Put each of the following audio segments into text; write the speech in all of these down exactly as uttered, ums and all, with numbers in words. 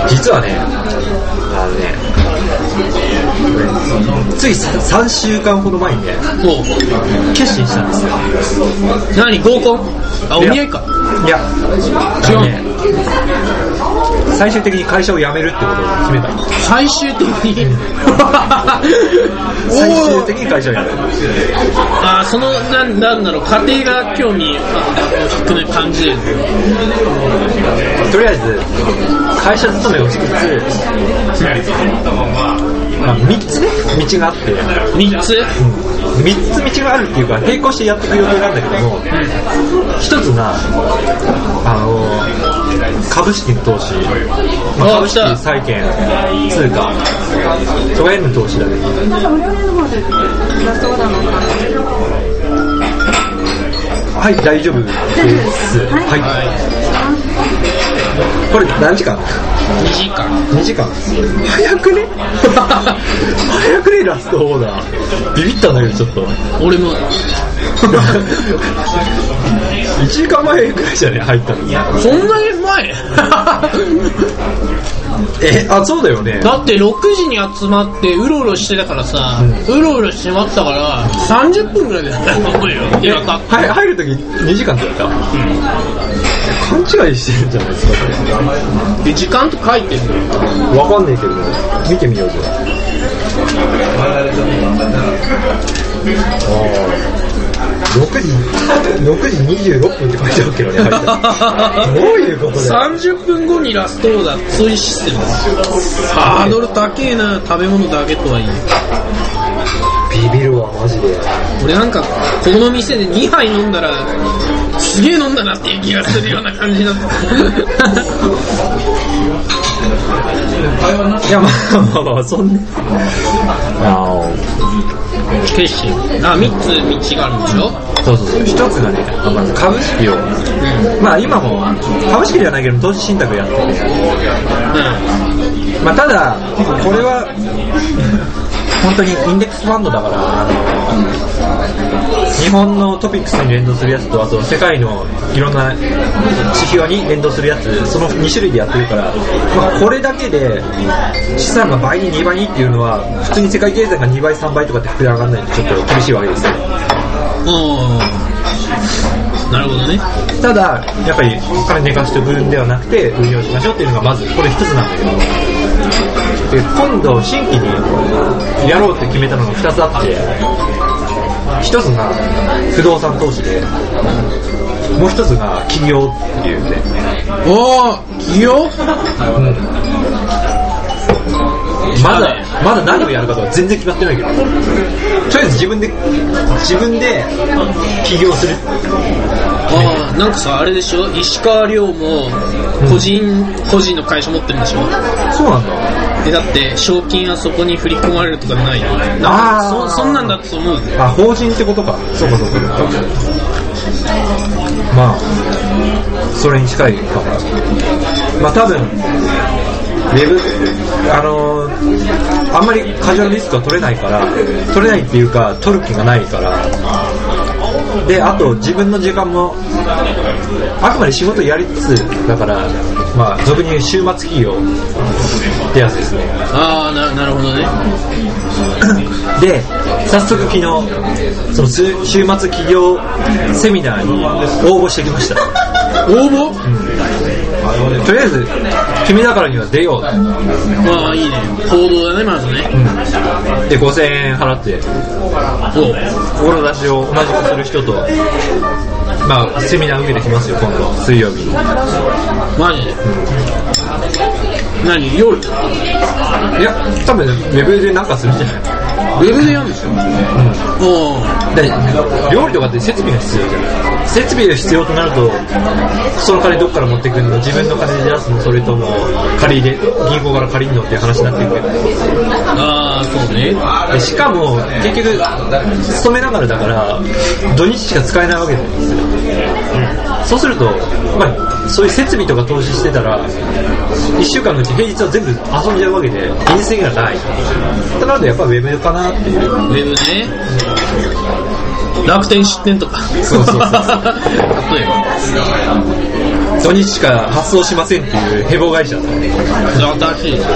実はね、あのね、ついさんしゅうかんほど前にね、決心したんですよ。 何、合コン？あ、お見合いか。 いや、違うね。最終的に会社を辞めるってことを決めた。 最終的に最終的に会社を辞める。 ああ、そのな、なんだろう、家庭が興味引く感じで。 とりあえず会社勤めをしつつ、まあ、みっつね道があって、 みっつ、 うん、みっつ道があるっていうか並行してやっていく予定なんだけども、ひとつがあの株式の投資、まあ、株式債券通貨とかへの投資だね。はい、大丈夫です。はい、これ何時間？ にじかん。 にじかん。早くね早くねラストオーダー。ビビったんだけどちょっと。 俺もいちじかんまえくらいじゃね入ったの。 そんなに前え、あ、そうだよね。 だってろくじに集まってうろうろしてたからさ、うん、うろうろしてまったからさんじゅっぷんぐらいだったと思うよ。 え、入るときにじかんって言われた、うん、勘違いしてるんじゃないですかそれ。 で時間と書いてるのわかんないけど見てみようぜ。あろくじにじゅうろっぷんって書いてあるけどねどういうことだよ。 さんじゅっぷんごにラストオーダー、そういうシステムだ。ハードル高えな。食べ物だけとはいえビビるわマジで。 俺なんかこの店でにはい飲んだらすげえ飲んだなっていう気がするような感じだったいやまあまあまあそんなあ決心。あ、みっつ道があるんでしょ。 そうそうそう。一つがね、まず株式を、うん、まあ今も株式ではないけど投資信託をやってて、うん、まあただこれは本当にインデックスファンドだから、あの日本のトピックスに連動するやつと、あと世界のいろんな指標に連動するやつ、そのに種類でやってるから、まあ、これだけで資産が倍ににばいにっていうのは普通に世界経済がにばいさんばいとかって膨れ上がらないとちょっと厳しいわけですよ。 なるほどね。 ただやっぱりお金寝かしておくんではなくて運用しましょうっていうのがまずこれ一つなんだけど、で今度新規にやろうって決めたのがふたつあって、一つが不動産投資で、もう一つが企業っていうね。 おー、企業？うん。 まだまだ何をやるかとは全然決まってないけど、とりあえず自分で自分で起業する。 ああ、なんかさあれでしょ、石川遼も個人、うん、個人の会社持ってるんでしょ。 そうなんだ。 でだって賞金はそこに振り込まれるとかないよ。ああ、そそんなんだと思う。 あ、法人ってことか。そうかそうか。まあそれに近いかも。まあ多分。ウェブ、あのー、あんまり過剰なリスクは取れないから、取れないっていうか取る気がないから、であと自分の時間もあくまで仕事やりつつだから、まあ俗に言う週末企業ってやつですね。 ああ、 な, なるほどね。 で早速昨日その週末企業セミナーに応募してきました。 応募？ うん、とりあえず君だからには出よう。 まあいいね、行動だねまずね、 うん、でごせんえん払って志を同じくする人とまあセミナー受けてきますよ今度水曜日に。 マジで、うん、何夜？ いや多分ウェブでなんかするんじゃない。 ウェブでやるんでしょ。うん。 おで料理とかって設備が必要じゃない。設備が必要となるとその金どっから持ってくるの、自分の金で出すの、それとも借り入れ銀行から借りるのっていう話になってくるけど。 ああそうね。 でしかも結局勤めながらだから土日しか使えないわけなんですよ、うん、そうすると、まあ、そういう設備とか投資してたらいっしゅうかんのうち平日は全部遊んじゃうわけで現実的にはない。となるとやっぱウェブかなっていう。 ウェブね、楽天出店とか。 そうそうそう例えば土日しか発送しませんっていうヘボ会社だったね。 新しいです。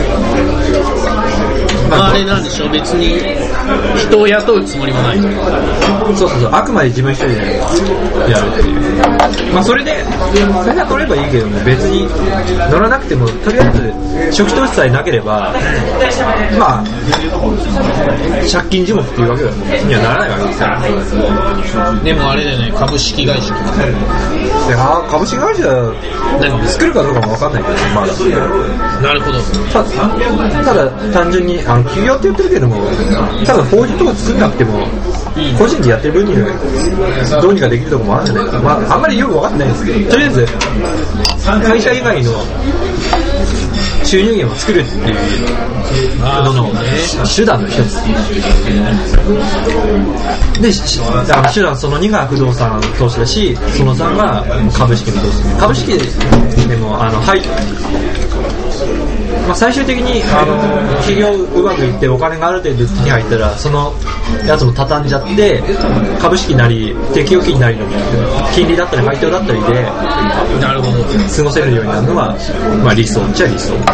まあ、あれなんでしょう、別に人を雇うつもりもない。 そうそうそう、あくまで自分一人でやるっていう。まあそれでそれが取ればいいけども、別に乗らなくてもとりあえず初期投資さえなければ、まあ借金地獄っていうわけにはならないわけですよ。 でもあれだよね、株式会社。 いや株式会社作るかどうかも分かんないけど、まだ。 なるほど。 た, ただ単純にあの企業って言ってるけども、ただ法人とか作んなくても個人でやってる分にはどうにかできるところもあるんじゃないか。まああんまりよく分かってないんですけど、とりあえず会社以外の収入源を作るっていうのの手段の一つで、あの手段そのにが不動産投資だし、そのさんが株式の投資。株式でもあのはい、まあ、最終的にあの企業うまくいってお金がある程度手に入ったらそのやつも畳んじゃって株式なり定期預金なりの金利だったり配当だったりでなるほど過ごせるようになるのが、まあ、理想っちゃ理想。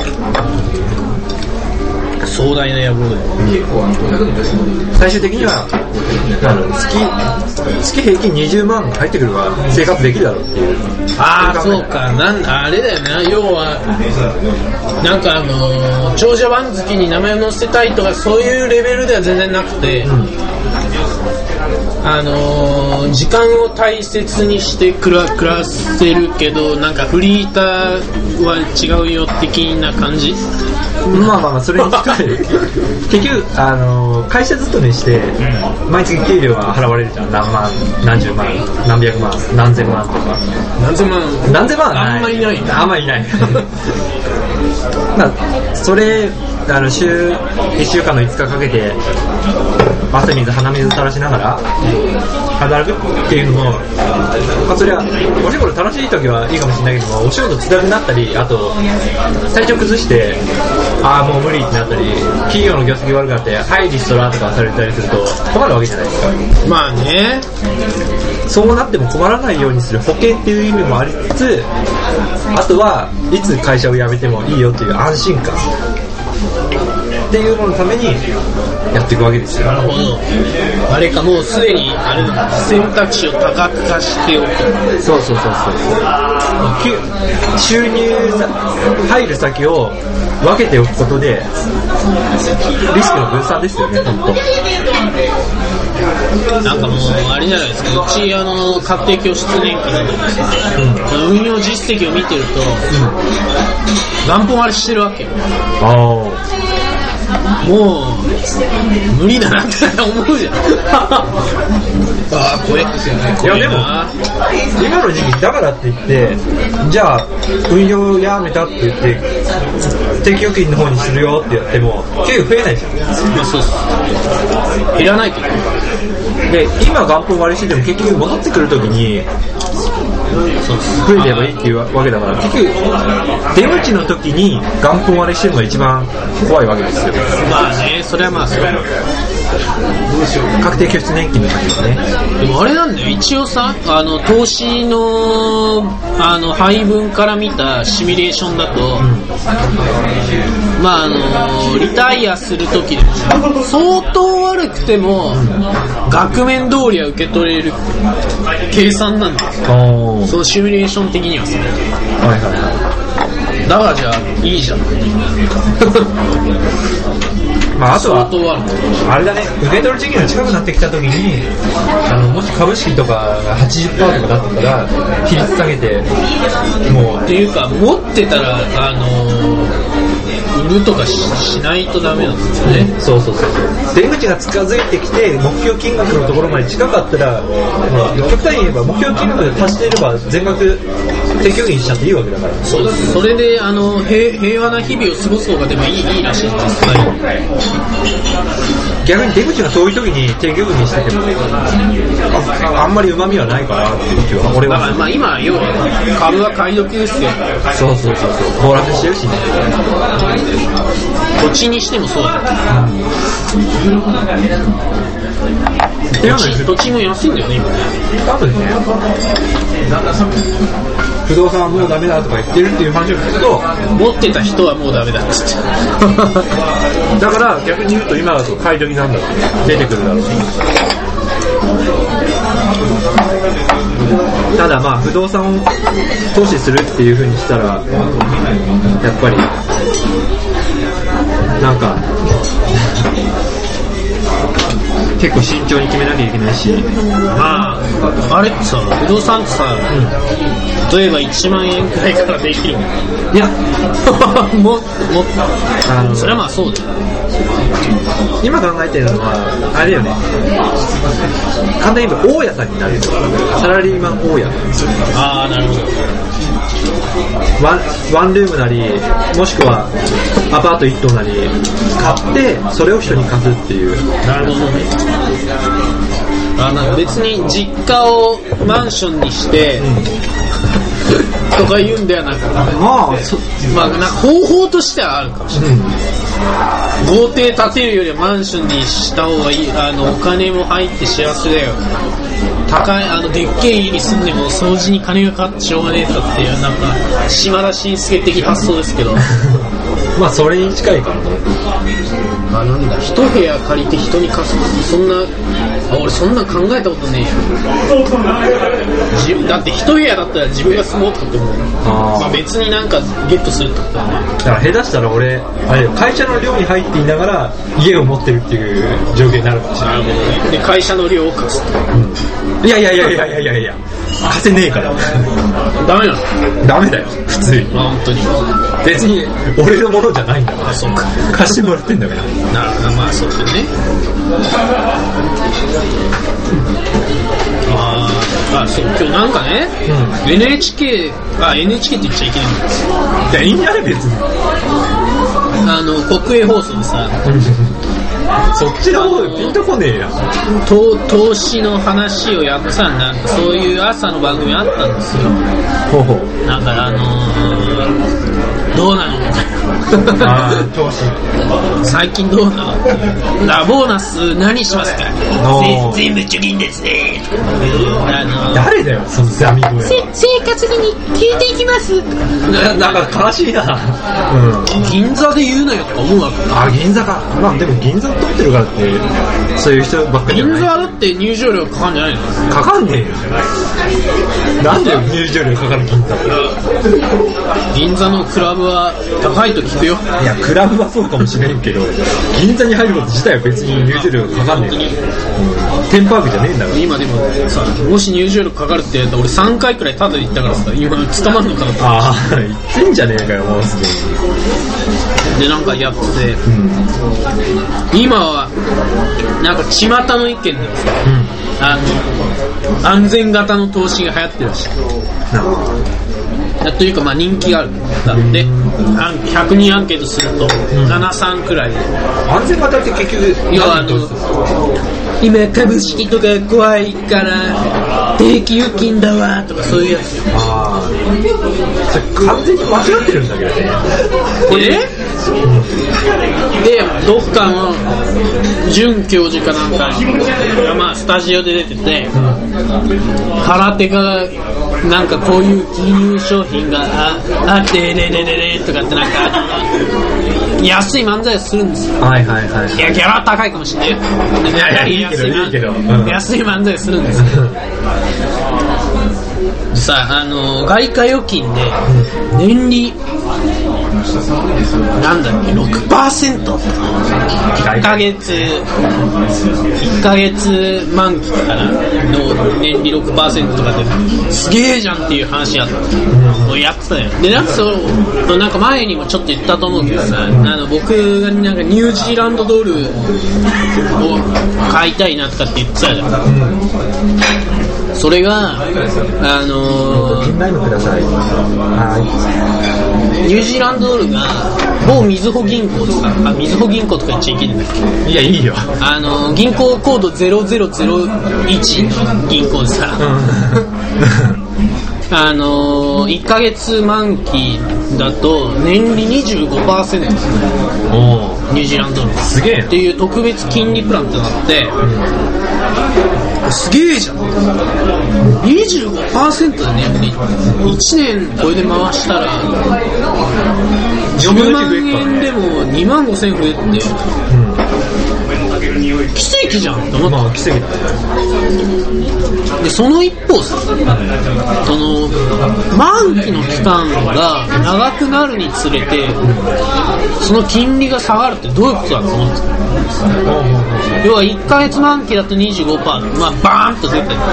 壮大な野望で、 うん、最終的にはあの 月, 月平均にじゅうまん入ってくるから生活できるだろうっていう。 ああそうか、なんあれだよね、要はなんかあのー、長者番付に名前を載せたいとかそういうレベルでは全然なくて、うん、あのー、時間を大切にして暮ら、暮らせるけどなんかフリーターは違うよ的な感じ。 まあまあまあそれに近い結局あの会社勤めして毎月給料が払われるじゃん。何万何十万何百万何千万とか何千万何千万はないあんまりいないあんまりいないまあそれあの週いっしゅうかんのいつかかけて汗水鼻水垂らしながら働くっていうのも、まあ、それはお仕事楽しい時はいいかもしれないけども、お仕事辛くなったりあと体調崩してああもう無理ってなったり企業の業績悪くなってはいリストラとかされたりすると困るわけじゃないですか。 まあね、 そうなっても困らないようにする保険っていう意味もありつつ、あとはいつ会社を辞めてもいいよっていう安心感っていうののためにやっていくわけですよ。 なるほど。あれか、もうすでにあれ選択肢を多角化しておく。 そうそうそうそう。収入入る先を分けておくことでリスクの分散ですよね。本当。 なんかもうあれじゃないですか。うちあの確定拠出年金なんでさ、うん、運用実績を見てると、うん、元本割れしてるわけよ。 ああ。 もう無理だなって思うじゃんああ怖い。いやでも今の時期だからって言ってじゃあ運用やめたって言って定期預金の方にするよってやっても結構増えないじゃん。 まあそうっす。減らないというかで今元本割れしてても結局戻ってくるときに増えればいいっていうわけだから結局出口の時に元本割れしてるのが一番怖いわけですよ。 まあね、それはまあそう確定拠出年金の時ですね。 でもあれなんだよ、一応さあの投資のあの配分から見たシミュレーションだと、うん、まああのリタイアする時でも相当悪くても、うん、額面通りは受け取れる計算なんだよ。そのシミュレーション的にはさ、はいはいはい、だからじゃあいいじゃんまあ、あとはあれだね、受け取る時期が近くなってきた時にあのもし株式とかが はちじゅっパーセント とかだったら比率下げてもうっていうか持ってたらあの売るとか し, しないとダメなんですよね。 そうそうそうそう。出口が近づいてきて目標金額のところまで近かったら、まあ、極端に言えば目標金額で達していれば全額定期預金しちゃっていいわけだから。 そうです。それであの 平, 平和な日々を過ごす方がでもいい, いいらしいです。はい。 逆に出口が遠い時に定期預金してても あ, あんまり旨味はないかなっていう気は俺は。 まあ、まあ今要は株は買い時ですよ。 そうそうそうそう。暴落してるしね。 土地にしてもそうだ、うん、土地、土地も安いんだよね今ね。 多分ね。 不動産はもうダメだとか言ってるっていう話を聞くと、 持ってた人はもうダメだっつってだから逆に言うと今だと買い時なんだろうね、出てくるだろうし。ただまあ不動産を投資するっていう風にしたらやっぱりなんか結構慎重に決めなきゃいけないし、 まああれってさ、不動産ってさ、うん、例えばいちまんえんくらいからできるの？ いやももあのそれはまあそうだよ。 今考えてるのはあれだよね、簡単に言えば大家さんになるよ、サラリーマン大家。 ああなるほど。 ワン、ワンルームなりもしくはアパート一棟なり買ってそれを人に貸すっていう。 なるほどね。あなんか別に実家をマンションにして、うんとか言うんではなくて、まあ、そまあ、なんか方法としてはあるかもしれない、うん、豪邸建てるよりはマンションにした方がいい、あのお金も入って幸せだよ、高いあのでっけえ家に住んでも掃除に金がかかってしょうがねえとかっていうなんか島田紳介的発想ですけどまあそれに近いからね。 あなんだ一部屋借りて人に貸す、そんなあ俺そんな考えたことねえよ。だって一部屋だったら自分が住もうとかって思う。あ、まあ、別になんかゲットするってことだね。 だから下手したら俺あれ会社の寮に入っていながら家を持ってるっていう状況になるかもしれない。なるほどね。で会社の寮を貸す、うん、いやいやいやいやいやいやいや貸せねえからダメなの？ ダメだよ普通に。 あ本当に別に俺のものじゃないんだから。 あそうか貸してもらってんだから。 なるほど、まあそうだよね。ああそう今日なんかね、うん、エヌエイチケー あ エヌエイチケー って言っちゃいけないんですよ。 いやいいんじゃね別に。 あの国営放送でさそっちの方でピンとこねえや。 投資の話をやってたらなんかそういう朝の番組あったんですよ。 ほうほう。 なんかあのー、どうなのあ投資最近どうなのラボーナス何しますか全部貯金ですね。 あのー、誰だよそのザミ声。 生活費に聞いていきますな。なんか悲しいな、 うん、銀座で言うなよとか思うわけ。 あ銀座か。まあでも銀座取ってるからってそういう人ばっかりじゃない。 銀座だって入場料かかんじゃないの？ かかんねえよ。なんで入場料かかる銀座って。 銀座のクラブは高いと聞くよ。 いやクラブはそうかもしれんけど銀座に入ること自体は別に入場料かかんねえよ、うん、テンパークじゃねえんだから。今でもさもし入場料かかるって言ったら俺さんかいくらいタダで行ったからさ今捕まんのかなって。 ああ言ってんじゃねえかよもうすでに。でなんかやってて、うん、今はなんか巷の意見でさ、うん、あの安全型の投資が流行ってるらしい。というかまあ人気があるんだって。ひゃくにんアンケートするとななさんくらいで、うん、 安全型って結局いやあの今株式とか怖いから定期預金だわとかそういうやつ。 ああそれ完全に間違ってるんだけどね。 えでどっかの准教授かなんかが、まあ、スタジオで出てて、うん、空手がなんかこういう金融商品が あ, あってレレレレとかってなんか安い漫才をするんですよ。 はいはいはい、 いやギャラは高いかもしれない。 いやいやいいけどいいけど、うん、 安い漫才をするんですよさあ、あの外貨預金で年利なんだっけ ろくパーセント いっかげついっかげつ満期からの年利 ろくパーセント とかですげえじゃんっていう話やったをやってたよ。でなんかそうなんか前にもちょっと言ったと思うけどさ、あの僕がなんかニュージーランドドルを買いたいなとかって言ってたじゃん。それがあのー、 ピンマイムください。はい。 ニュージーランドドルが某みずほ銀行とか、あみずほ銀行とか言っちゃいけないんだっけ。いやいいよ。 あのー、銀行コードゼロゼロゼロいちの銀行でさ、うん、あのー、いっかげつ満期だと年利 にじゅうごパーセント ですね。ニュージーランドドルすげえっていう特別金利プランってなって、 すげえじゃん。 にじゅうごパーセント でね、いちねんこれで回したらじゅうまんえんでもにまんごせんえん増えて、うん、奇跡じゃんと思って、 まあ奇跡だね。 でその一方さ、その満期の期間が長くなるにつれてその金利が下がるってどういうことだと思ってた。要はいっかげつ満期だと にじゅうごパーセント、まあバーンと出てる。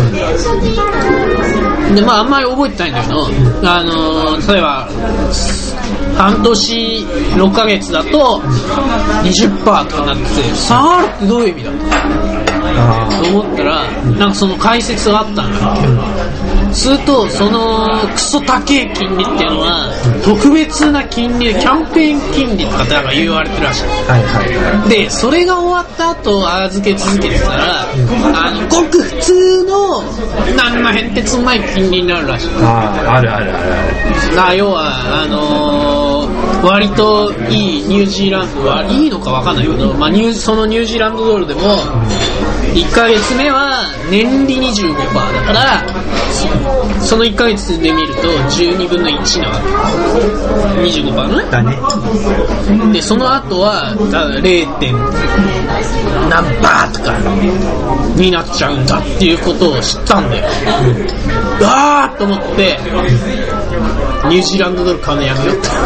でまああんまり覚えてないんだけど、あのー、例えば半年ろっかげつだと にじゅっパーセント とかなって下がるってどういう意味だと思ったら、なんかその解説があったんだけど、するとそのクソ高い金利っていうのは特別な金利でキャンペーン金利とかってなんか言われてるらしい、はいはい、でそれが終わった後預け続けてたら、うん、あのごく普通の何の変哲もない金利になるらしい。 ああるあるあるある。要はあのー、割といいニュージーランドはいいのか分かんないけど、まあ、ニューそのニュージーランドドルでもいっかげつめは年利 にじゅうごパーセント だからそのいっかげつで見るとじゅうにぶんのいちなわけ。 にじゅうごパーセント だね。でその後は ゼロ. 何パーとかになっちゃうんだっていうことを知ったんだよ。あーと思ってニュージーランドドル買うのやめようって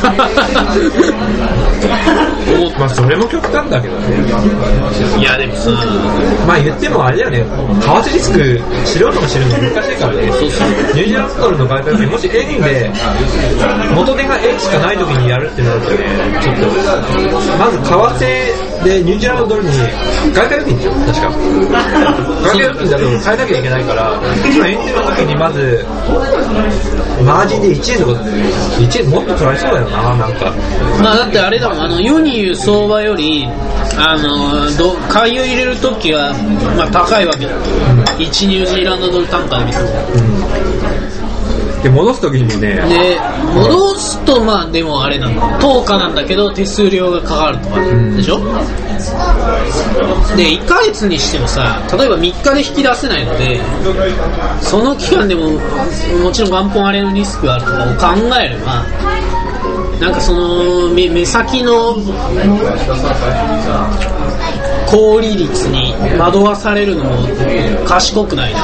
まあそれも極端だけどね。 いやでもさ、 まあ言ってもあれだよね、為替リスク知ろうとも知るの難しいからね。そうそう、ニュージーランドドルの買い替えもし円で元手が円しかない時にやるってなるとね、ちょっとまず為替でニュージーランドドルに買い替える時にしよう。確か買い替える時だと変えなきゃいけないから、今円手の時にまずマージンでいちえんとかいちえんもっと取られそうだよな。なんかまあだってあれだもん、あの世に言う相場よりあのど買いを入れるときは、まあ、高いわけだ、うん、いちニュージーランドドル単価で見ても、 うん、で戻すときにもね、 で戻すとまあでもあれなの、等価なんだけど手数料がかかるとか、うん、でしょ。でいっかげつにしてもさ、例えばみっかで引き出せないのでその期間でももちろん元本荒れのリスクがあるとかを考えれば、なんかその 目, 目先の高利率に惑わされるのも賢くないな。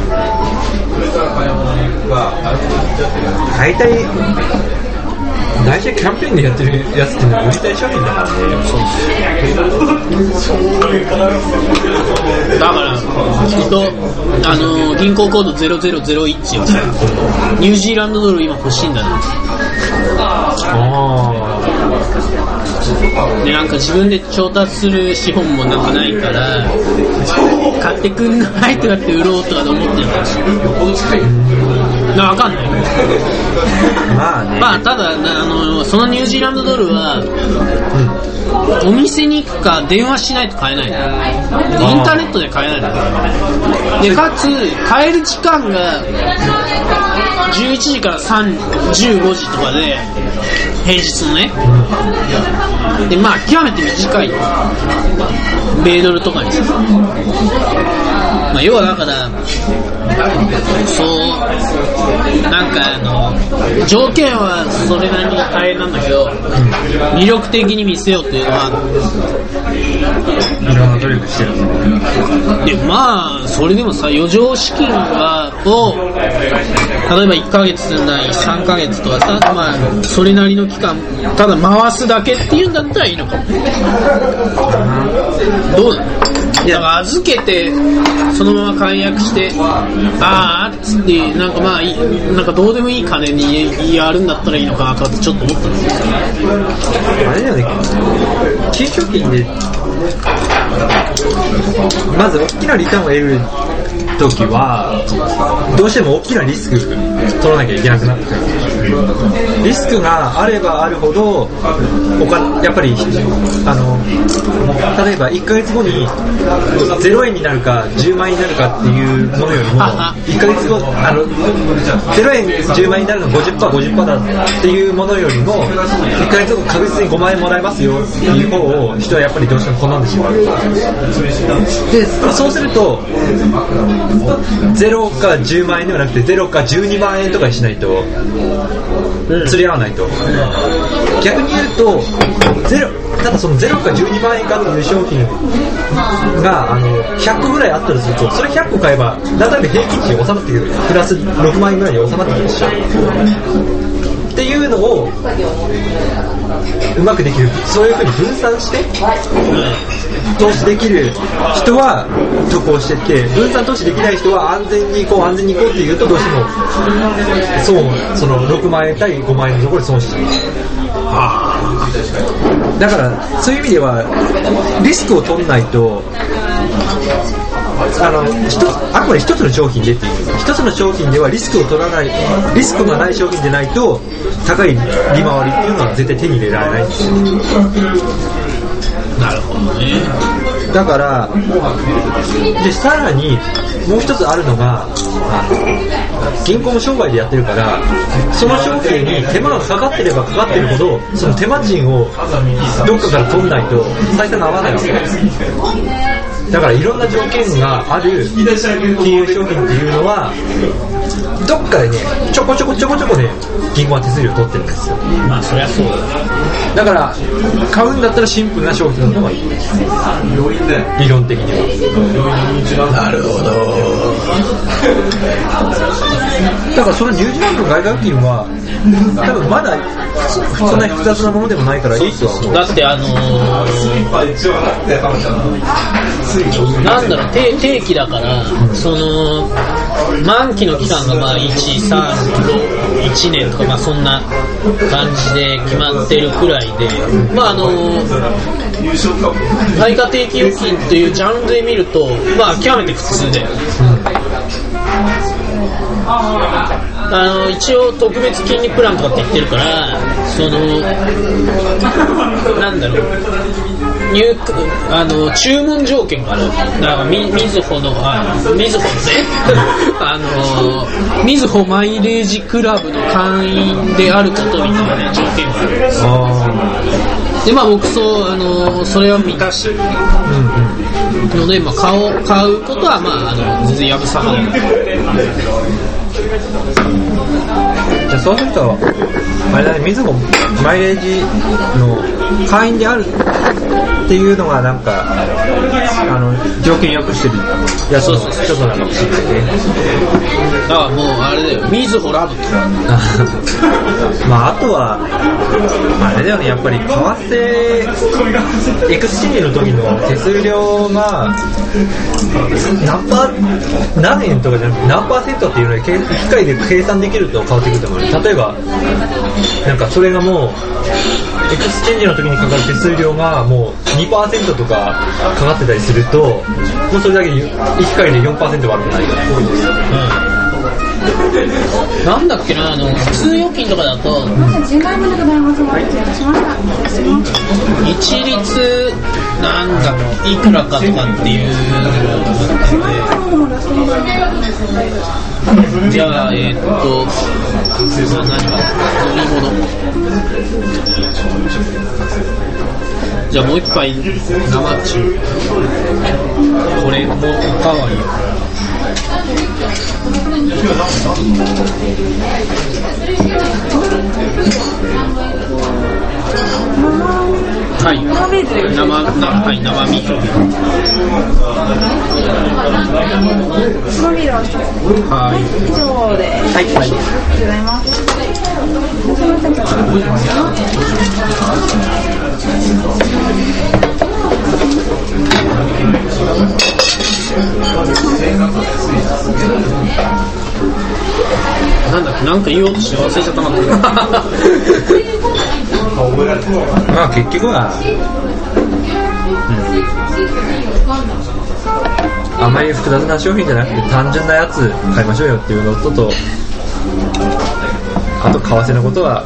大体大体キャンペーンでやってるやつってのは売りたい商品だからね。 だからきっとあの銀行コードゼロゼロゼロいちはさ、ニュージーランドドル今欲しいんだな。 あでなんか自分で調達する資本もなんかないから買ってくんないとかって売ろうとかで思ってるんだし、な分かんない。 まあね。 まあただあのそのニュージーランドドルは、うん、お店に行くか電話しないと買えないの。インターネットで買えないの。でかつ買える時間がじゅういちじからじゅうごじとかで平日のね。でまあ極めて短い米ドルとかにさ、まあ、要はだからそうなんかあの条件はそれなりに大変なんだけど魅力的に見せようっていうのはいろんな努力してるで、まあそれでもさ余剰資金がを例えばいっかげつなりさんかげつとかさ、まあそれなりの期間ただ回すだけっていうんだったらいいのかも。どうだだから預けてそのまま解約してあーっつってなんかまあなんかどうでもいい金にやるんだったらいいのかなとかってちょっと思ったんですけど、 あれだよね、金賞金でまず大きなリターンを得る時はどうしても大きなリスク取らなきゃいけなくなってくる。リスクがあればあるほどお金やっぱりあの例えばいっかげつごにゼロえんになるかじゅうまんえんになるかっていうものよりもいっかげつごあのゼロえんじゅうまんえんになるの ごじゅっパーセントごじゅっパーセント だっていうものよりもいっかげつご確実にごまんえんもらえますよっていう方を人はやっぱりどうしても好んでしまう。でそうするとゼロかじゅうまんえんではなくてゼロかじゅうにまんえんとかにしないと釣り合わないと。逆に言うとゼロただそのゼロかじゅうにまんえんかという商品があのひゃっこぐらいあったとするとそれひゃっこ買えばだんだん平均値に収まってくる。プラスろくまんえんぐらいに収まってくるしっていうのをうまくできる。そういう風に分散して投資できる人は得をしていって分散投資できない人は安全に行こう安全に行こうっていうとどうしてもそうそのろくまんえん対ごまんえんのところで損しちゃう。だからそういう意味ではリスクを取らないとあの一つあくまで一つの商品でっていう一つの商品ではリスクを取らないリスクがない商品でないと高い利回りっていうのは絶対手に入れられないんですよ。 なるほどね。 だからでさらにもう一つあるのがあの銀行も商売でやってるからその商品に手間がかかってればかかってるほどその手間賃をどっかから取んないと採算が合わないわけです。だからいろんな条件がある金融商品っていうのはどっかでねちょこちょこちょこちょこで銀行は手数料取ってるんですよ。 まあそりゃそうだ。 だから買うんだったらシンプルな商品の方がいい。理論的には。 なるほど。 だからそのニュージーランドの外貨預金は多分まだそんなに複雑なものでもないからいいとは思う。 だってあのー、なんだろう 定, 定期だから、うん、その満期の期間がまあいち、さん、いちねんとかまあそんな感じで決まってるくらいで、まああの外貨定期預金というジャンルで見るとまあ極めて普通で、うん、あの一応特別金利プランとかって言ってるからそのなんだろう入あの注文条件がある。だからみみずほのあみずほのねあのみずほマイレージクラブの会員であることみたいな条件があるんですよ。でまあ僕そうあのそれは満たしてるので、まあ、買お買うことはまああの全然やぶさかない。 じゃあそうするとあれだね、みずほマイレージの会員であるっていうのがなんかあの条件よくしてるやつの一つなのかもしれないね。 だからもうあれだよ、みずほラブとまああとはあれだよね、やっぱり為替エクスチェンジの時の手数料が何パー何円とかじゃなくて何パーセントっていうのでいっかいで計算できると変わってくると思う。例えばなんかそれがもうエクスチェンジの時にかかる手数料がもう にパーセント とかかかってたりするともうそれだけいっかいで よんパーセント 悪くないから、 うん、なんだっけな、あの普通預金とかだと、うん、一律なんだいくらかとかっていうじゃあえー、っと何か飲み物じゃあもう一杯生中これもおかわりはい、生なはい生ビールはい以上ではいありがとうございます。なんだっけ、なんか言おうとして忘れちゃったなまあ結局は、うんあまり複雑な商品じゃなくて単純なやつ買いましょうよっていうのとと、あと為替のことは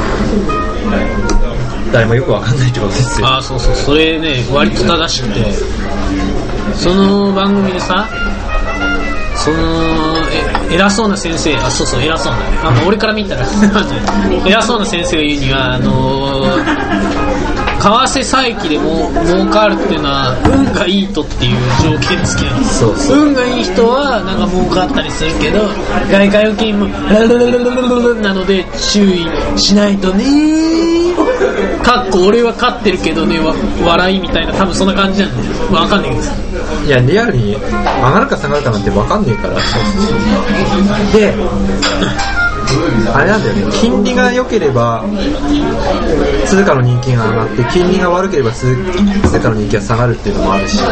誰もよくわかんないってことですよ。 あ、そうそう、それね割と正しくて、その番組でさ、そのえ偉そうな先生、あ、そうそう、偉そうな、あの俺から見たら偉そうな先生が言うには、あのー、為替差益でも儲かるっていうのは運がいいとっていう条件付きなんです。 そうそう、 運がいい人はなんか儲かったりするけど、外貨預金もなので注意しないとねー、かっこ俺は勝ってるけどね、わ笑いみたいな、多分そんな感じなんで、まあ、わかんないけどさ、 いやリアルに上がるか下がるかなんて分かんねえから。であれなんだよね、金利が良ければ通貨の人気が上がって、金利が悪ければ通貨の人気が下がるっていうのもあるし、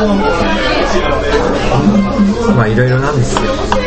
まあいろいろなんですよ。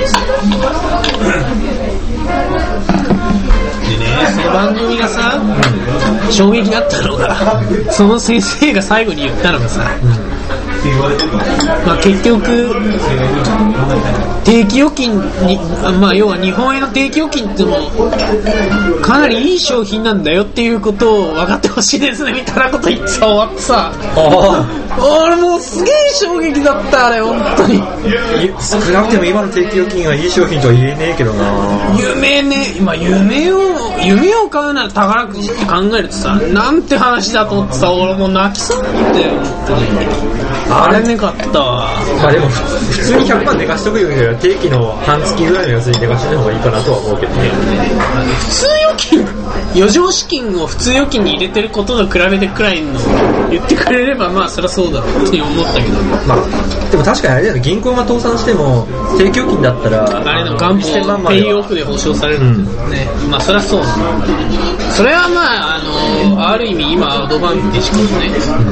でね、その番組がさ、うん、衝撃だったのがその先生が最後に言ったのがさ、うん、まあ、結局定期預金に、まあ、要は日本円の定期預金ってもかなりいい商品なんだよっていうことを分かってほしいですねみたいなこと言ってさ、終わってさ、俺もうすげえ衝撃だった、あれ本当に。 少なくても今の定期預金はいい商品とは言えねえけどな。夢ね、今夢を夢を買うなら宝くじって考えるとさ、なんて話だと思ってさ、俺もう泣きそうになって、本当にあれねかったわ。 まあでも普通にひゃくまん寝かしとくよりは定期の半月ぐらいのやつに寝かしてる方がいいかなとは思うけどね。 普通預金、余剰資金を普通預金に入れてることと比べてくらいの言ってくれれば、まあそりゃそうだろうって思ったけど、 まあでも確かにあれだよね、銀行が倒産しても定期預金だったらあれの元本ペイオフで保証されるんだね、うん、まあそりゃそうだ、それはまああのある意味今アドバンテージかもね、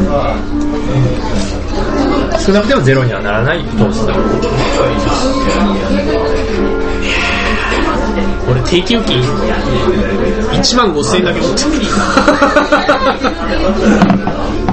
うん、少なくてもゼロにはならない投資だ。 俺定期預金いちまんごせんえんだけ持ってる